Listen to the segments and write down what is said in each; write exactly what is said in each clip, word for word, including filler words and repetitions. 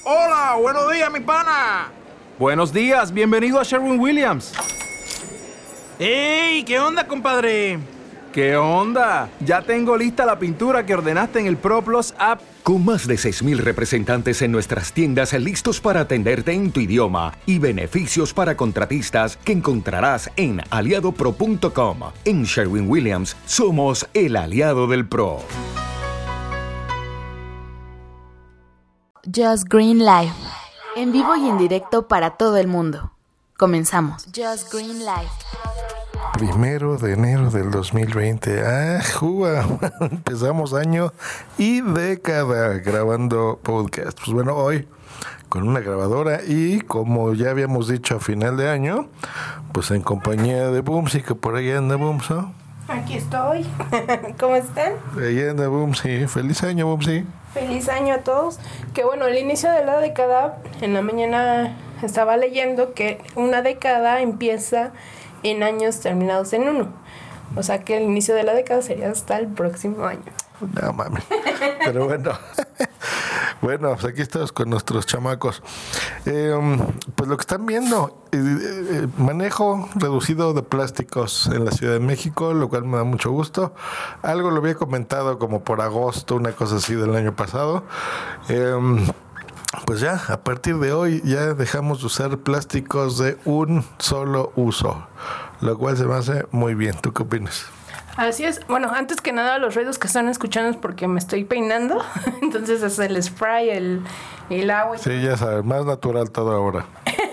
Hola, buenos días, mi pana. Buenos días, bienvenido a Sherwin-Williams. ¡Ey! ¿Qué onda, compadre? ¿Qué onda? Ya tengo lista la pintura que ordenaste en el ProPlus app. Con más de seis mil representantes en nuestras tiendas listos para atenderte en tu idioma y beneficios para contratistas que encontrarás en aliado pro punto com. En Sherwin-Williams somos el aliado del pro. Just Green Live, en vivo y en directo para todo el mundo. Comenzamos. Just Green Live. Primero de enero del dos mil veinte. Ah, juga. Empezamos año y década grabando podcast. Pues bueno, hoy con una grabadora y como ya habíamos dicho a final de año, pues en compañía de Bumsy, que por ahí anda Bumsy. Aquí estoy. ¿Cómo están? Ahí anda Bumsy. Feliz año, Bumsy. Feliz año a todos. Que bueno, el inicio de la década, en la mañana estaba leyendo que una década empieza en años terminados en uno. O sea que el inicio de la década sería hasta el próximo año. No mames. Pero bueno. Bueno, pues aquí estamos con nuestros chamacos. Eh, pues lo que están viendo, eh, eh, manejo reducido de plásticos en la Ciudad de México, lo cual me da mucho gusto. Algo lo había comentado como por agosto, una cosa así del año pasado. Eh, Pues ya, a partir de hoy ya dejamos de usar plásticos de un solo uso, lo cual se me hace muy bien. ¿Tú qué opinas? Así es. Bueno, antes que nada, los ruidos que están escuchando es porque me estoy peinando. Entonces es el spray, el, el agua. Sí, ya sabes, más natural todo ahora.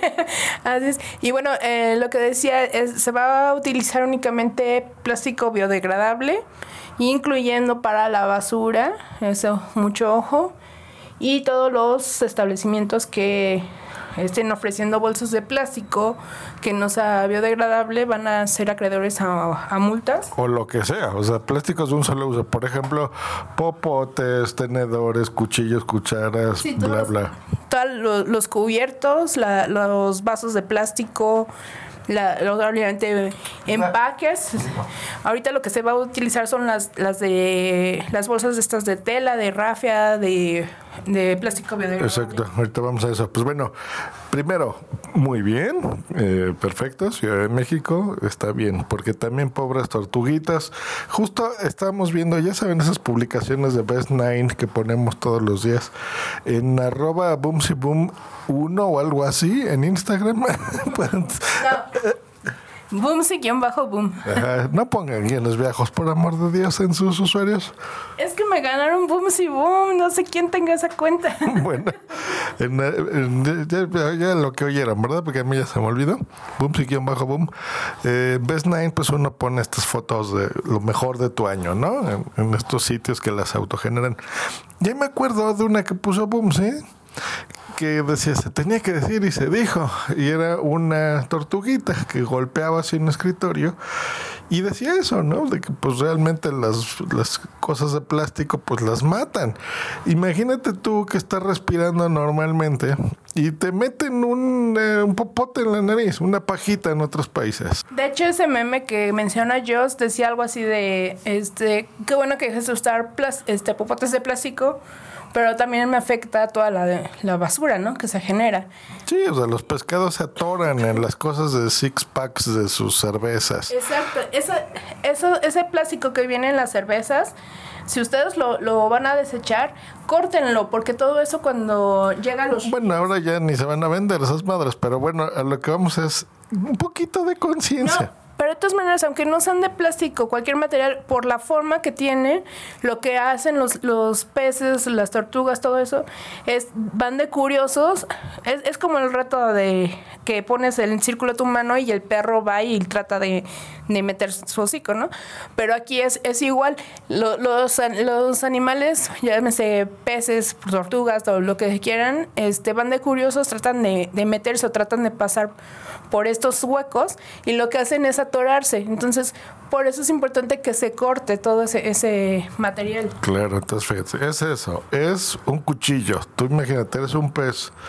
Así es. Y bueno, eh, lo que decía es, se va a utilizar únicamente plástico biodegradable, incluyendo para la basura, eso, mucho ojo. Y todos los establecimientos que estén ofreciendo bolsas de plástico que no sea biodegradable van a ser acreedores a, a multas. O lo que sea, o sea, plásticos de un solo uso. Por ejemplo, popotes, tenedores, cuchillos, cucharas, Sí, bla, todos, bla. Todos los, los cubiertos, la, los vasos de plástico, la, los obviamente empaques. Ahorita lo que se va a utilizar son las, las de las bolsas de estas de tela, de rafia, de, de plástico biodegradable. Exacto, ahorita vamos a eso. Pues bueno, primero, muy bien, eh, perfecto, Ciudad de México, está bien, porque también pobres tortuguitas. Justo estábamos viendo, ya saben, esas publicaciones de Best Nine que ponemos todos los días en arroba boomsyboom uno o algo así en Instagram. No. Boomsy-boom. Ajá, no pongan guiones viejos, por amor de Dios, en sus usuarios. Es que me ganaron Boomsy Boom, no sé quién tenga esa cuenta. Bueno, en, en, ya, ya lo que oyeron, ¿verdad? Porque a mí ya se me olvidó. Boomsy-boom. Eh, Best Nine, pues uno pone estas fotos de lo mejor de tu año, ¿no? En, en estos sitios que las autogeneran. Ya me acuerdo de una que puso Boomsy, que decía, se tenía que decir y se dijo, y era una tortuguita que golpeaba así un escritorio y decía eso, ¿no? De que pues realmente las, las cosas de plástico pues las matan. Imagínate tú que estás respirando normalmente y te meten un, eh, un popote en la nariz, una pajita en otros países. De hecho, ese meme que menciona Joss decía algo así de, este, qué bueno que dejes de usar plas- este, popotes de plástico, pero también me afecta toda la, la basura, ¿no? Que se genera. Sí, o sea, los pescados se atoran en las cosas de six packs de sus cervezas. Exacto. Eso, eso, ese plástico que viene en las cervezas, si ustedes lo, lo van a desechar, córtenlo, porque todo eso cuando llega a los... Bueno, ahora ya ni se van a vender esas madres, pero bueno, a lo que vamos es un poquito de conciencia. No. Pero de todas maneras, aunque no sean de plástico, cualquier material, por la forma que tiene, lo que hacen los, los peces, las tortugas, todo eso, es van de curiosos. Es, es como el reto de que pones el círculo de tu mano y el perro va y trata de, de meter su hocico, ¿no? Pero aquí es, es igual. Lo, los, los animales, llámese peces, tortugas, o lo que quieran, este, van de curiosos, tratan de, de meterse o tratan de pasar por estos huecos y lo que hacen es atorarse. Entonces, por eso es importante que se corte todo ese, ese material. Claro, entonces fíjate, es eso, es un cuchillo. Tú imagínate, eres un pez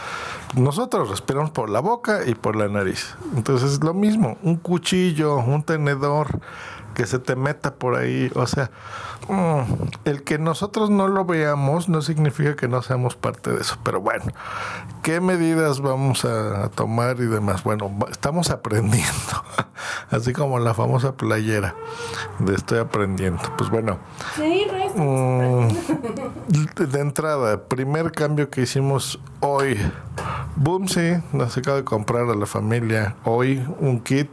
nosotros respiramos por la boca y por la nariz. Entonces es lo mismo, un cuchillo, un tenedor que se te meta por ahí, o sea, mmm, el que nosotros no lo veamos no significa que no seamos parte de eso, pero bueno, ¿qué medidas vamos a, a tomar y demás? Bueno, estamos aprendiendo, así como la famosa playera de estoy aprendiendo, pues bueno. Sí, mmm, de entrada, primer cambio que hicimos hoy, Boomsy nos acaba de comprar a la familia hoy un kit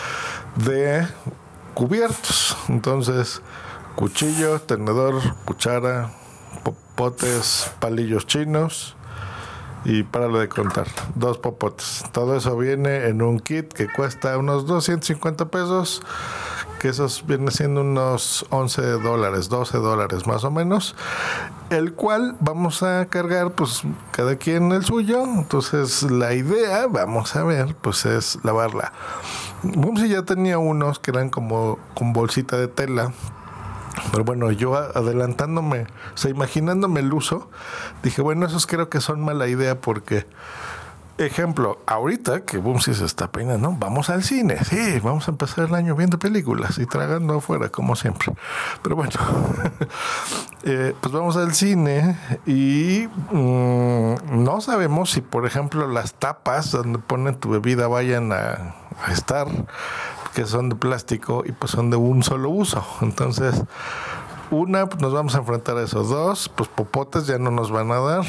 de cubiertos. Entonces, cuchillo, tenedor, cuchara, popotes, palillos chinos y párale de contar, dos popotes. Todo eso viene en un kit que cuesta unos doscientos cincuenta pesos, que esos vienen siendo unos once dólares, doce dólares más o menos, el cual vamos a cargar pues cada quien el suyo. Entonces la idea, vamos a ver, pues es lavarla. Boomsy ya tenía unos que eran como con bolsita de tela, pero bueno, yo adelantándome, o sea, imaginándome el uso, dije, bueno, esos creo que son mala idea porque, ejemplo, ahorita que Boomsy se está peinando, vamos al cine, sí, vamos a empezar el año viendo películas y tragando afuera, como siempre. Pero bueno, eh, pues vamos al cine y mmm, no sabemos si, por ejemplo, las tapas donde ponen tu bebida vayan a, a estar, que son de plástico y pues son de un solo uso. Entonces, una, pues nos vamos a enfrentar a esos dos, pues popotes ya no nos van a dar.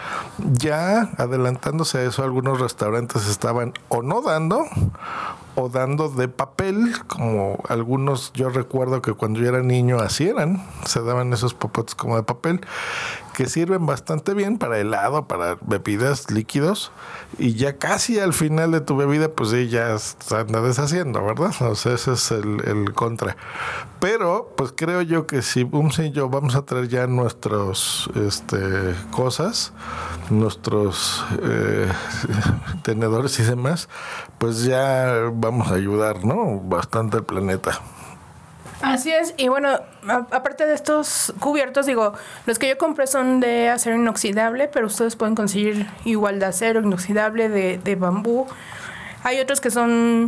Ya adelantándose a eso, algunos restaurantes estaban o no dando o dando de papel, como algunos, yo recuerdo que cuando yo era niño así eran, se daban esos popotes como de papel, que sirven bastante bien para helado, para bebidas líquidos, y ya casi al final de tu bebida, pues sí, ya se anda deshaciendo, ¿verdad? O sea, ese es el, el contra. Pero, pues creo yo que si Boomsy y yo vamos a traer ya nuestros este, cosas, nuestros eh, tenedores y demás, pues ya vamos a ayudar, ¿no? Bastante al planeta. Así es, y bueno, a- aparte de estos cubiertos, digo, los que yo compré son de acero inoxidable, pero ustedes pueden conseguir igual de acero inoxidable, de, de bambú. Hay otros que son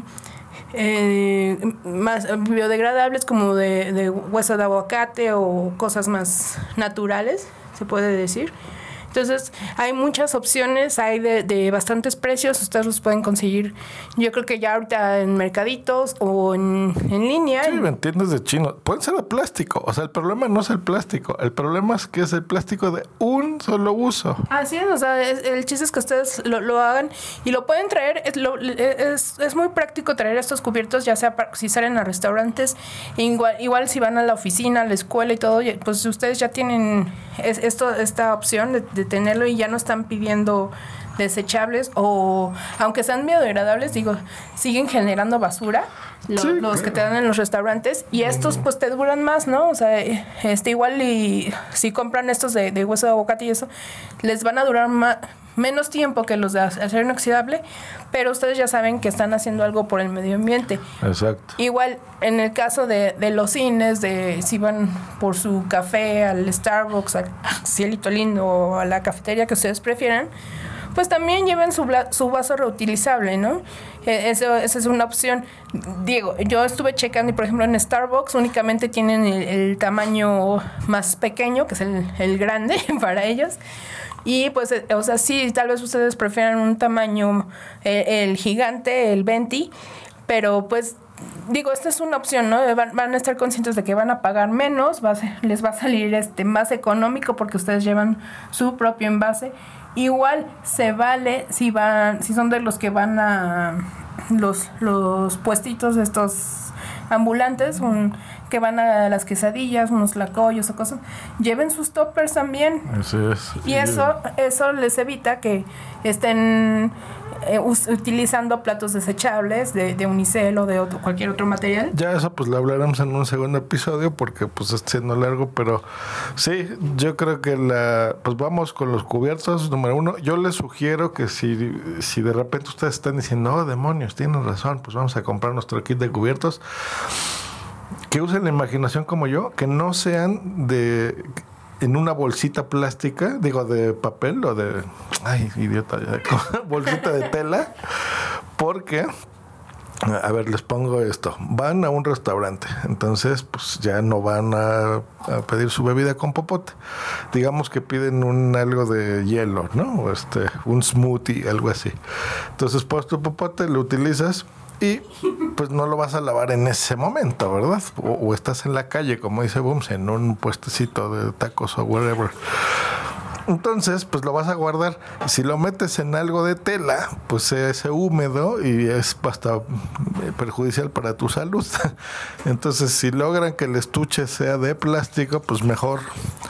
eh, más biodegradables, como de, de hueso de aguacate o cosas más naturales, se puede decir. Entonces, hay muchas opciones, hay de, de bastantes precios, ustedes los pueden conseguir, yo creo que ya ahorita en mercaditos o en, en línea. Sí, en tiendas de chino. Pueden ser de plástico. O sea, el problema no es el plástico. El problema es que es el plástico de un solo uso. Así es, o sea, es- el chiste es que ustedes lo, lo hagan y lo pueden traer. Es, lo- es, es muy práctico traer estos cubiertos, ya sea para- si salen a restaurantes, igual, igual si van a la oficina, a la escuela y todo, ya- pues ustedes ya tienen es- esto esta opción de, de tenerlo y ya no están pidiendo desechables o aunque sean biodegradables, digo, siguen generando basura lo- Sí, los que claro. te dan en los restaurantes y estos pues te duran más, ¿no? O sea, eh, este igual y si compran estos de, de hueso de aguacate y eso, les van a durar ma- menos tiempo que los de acero inoxidable, pero ustedes ya saben que están haciendo algo por el medio ambiente. Exacto. Igual, en el caso de, de los cines, de si van por su café al Starbucks, al Cielito Lindo o a la cafetería que ustedes prefieran, pues también lleven su, bla- su vaso reutilizable, ¿no? Eh, Eso, esa es una opción. Diego, yo estuve checando y, por ejemplo, en Starbucks únicamente tienen el, el tamaño más pequeño, que es el, el grande para ellos. Y pues, eh, o sea, sí, tal vez ustedes prefieran un tamaño, eh, el gigante, el venti, pero pues, digo, esta es una opción, ¿no? Van, van a estar conscientes de que van a pagar menos, va a ser- les va a salir este más económico porque ustedes llevan su propio envase. Igual se vale si van, si son de los que van a los, los puestitos de estos ambulantes, un, que van a las quesadillas, unos lacoyos o cosas, lleven sus toppers también. Así es. Y eso, eso les evita que estén eh, us- utilizando platos desechables de, de unicel o de otro, cualquier otro material. Ya eso pues lo hablaremos en un segundo episodio porque pues está siendo largo, pero sí, yo creo que la pues vamos con los cubiertos, número uno. Yo les sugiero que si, si de repente ustedes están diciendo, oh demonios, tienen razón, pues vamos a comprar nuestro kit de cubiertos, que usen la imaginación como yo, que no sean de en una bolsita plástica, digo, de papel o de... Ay, idiota, ya, bolsita de tela, porque... A ver, les pongo esto. Van a un restaurante, entonces pues ya no van a, a pedir su bebida con popote. Digamos que piden un algo de hielo, ¿no? O este, un smoothie, algo así. Entonces pones tu popote, lo utilizas y pues no lo vas a lavar en ese momento, ¿verdad? O, o estás en la calle, como dice Booms, en un puestecito de tacos o whatever. Entonces, pues lo vas a guardar. Si lo metes en algo de tela, pues se hace húmedo y es hasta perjudicial para tu salud. Entonces, si logran que el estuche sea de plástico, pues mejor.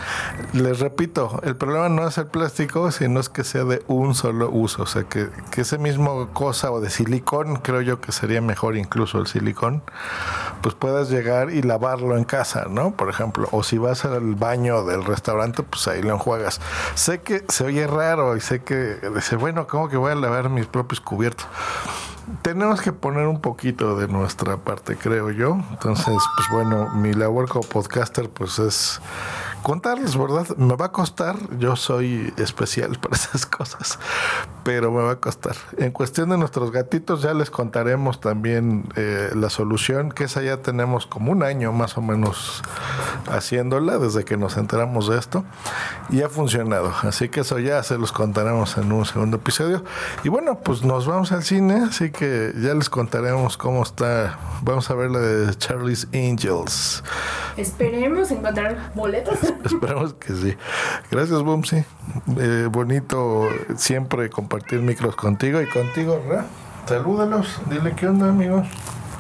Les repito, el problema no es el plástico, sino es que sea de un solo uso. O sea, que, que ese mismo cosa o de silicón, creo yo que sería mejor incluso el silicón, pues puedas llegar y lavarlo en casa, ¿no? Por ejemplo, o si vas al baño del restaurante, pues ahí lo enjuagas. Sé que se oye raro y sé que dice, bueno, ¿cómo que voy a lavar mis propios cubiertos? Tenemos que poner un poquito de nuestra parte, creo yo. Entonces, pues bueno, mi labor como podcaster, pues es contarles, ¿verdad? Me va a costar, yo soy especial para esas cosas, pero me va a costar. En cuestión de nuestros gatitos, ya les contaremos también eh, la solución, que esa ya tenemos como un año más o menos haciéndola, desde que nos enteramos de esto, y ha funcionado. Así que eso ya se los contaremos en un segundo episodio. Y bueno, pues nos vamos al cine, así que ya les contaremos cómo está. Vamos a ver la de Charlie's Angels. Esperemos encontrar boletos. Esperamos que sí. Gracias, Bumsy. Eh, bonito siempre compartir micros contigo y contigo, Ra. Salúdalos, dile qué onda, amigos.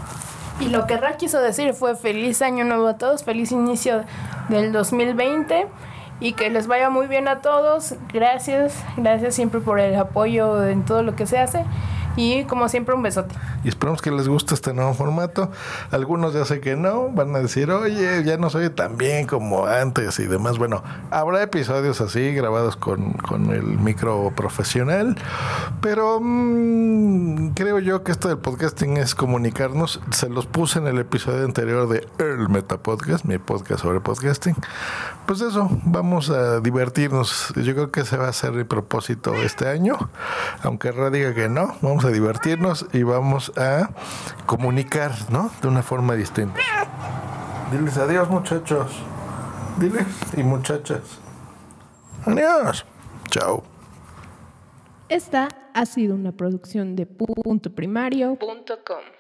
Y lo que Ra quiso decir fue feliz año nuevo a todos, feliz inicio del dos mil veinte y que les vaya muy bien a todos. Gracias, gracias siempre por el apoyo en todo lo que se hace. Y como siempre, un besote. Y esperamos que les guste este nuevo formato. Algunos ya sé que no, van a decir, oye, ya no soy tan bien como antes y demás. Bueno, habrá episodios así grabados con, con el micro profesional, pero mmm, creo yo que esto del podcasting es comunicarnos. Se los puse en el episodio anterior de El Meta Podcast, mi podcast sobre podcasting. Pues eso, vamos a divertirnos. Yo creo que ese va a ser mi propósito este año, aunque Ra diga que no. Vamos a divertirnos y vamos a comunicar, ¿no? De una forma distinta. Diles adiós, muchachos. Diles y muchachas. Adiós. Chao. Esta ha sido una producción de punto primario punto com.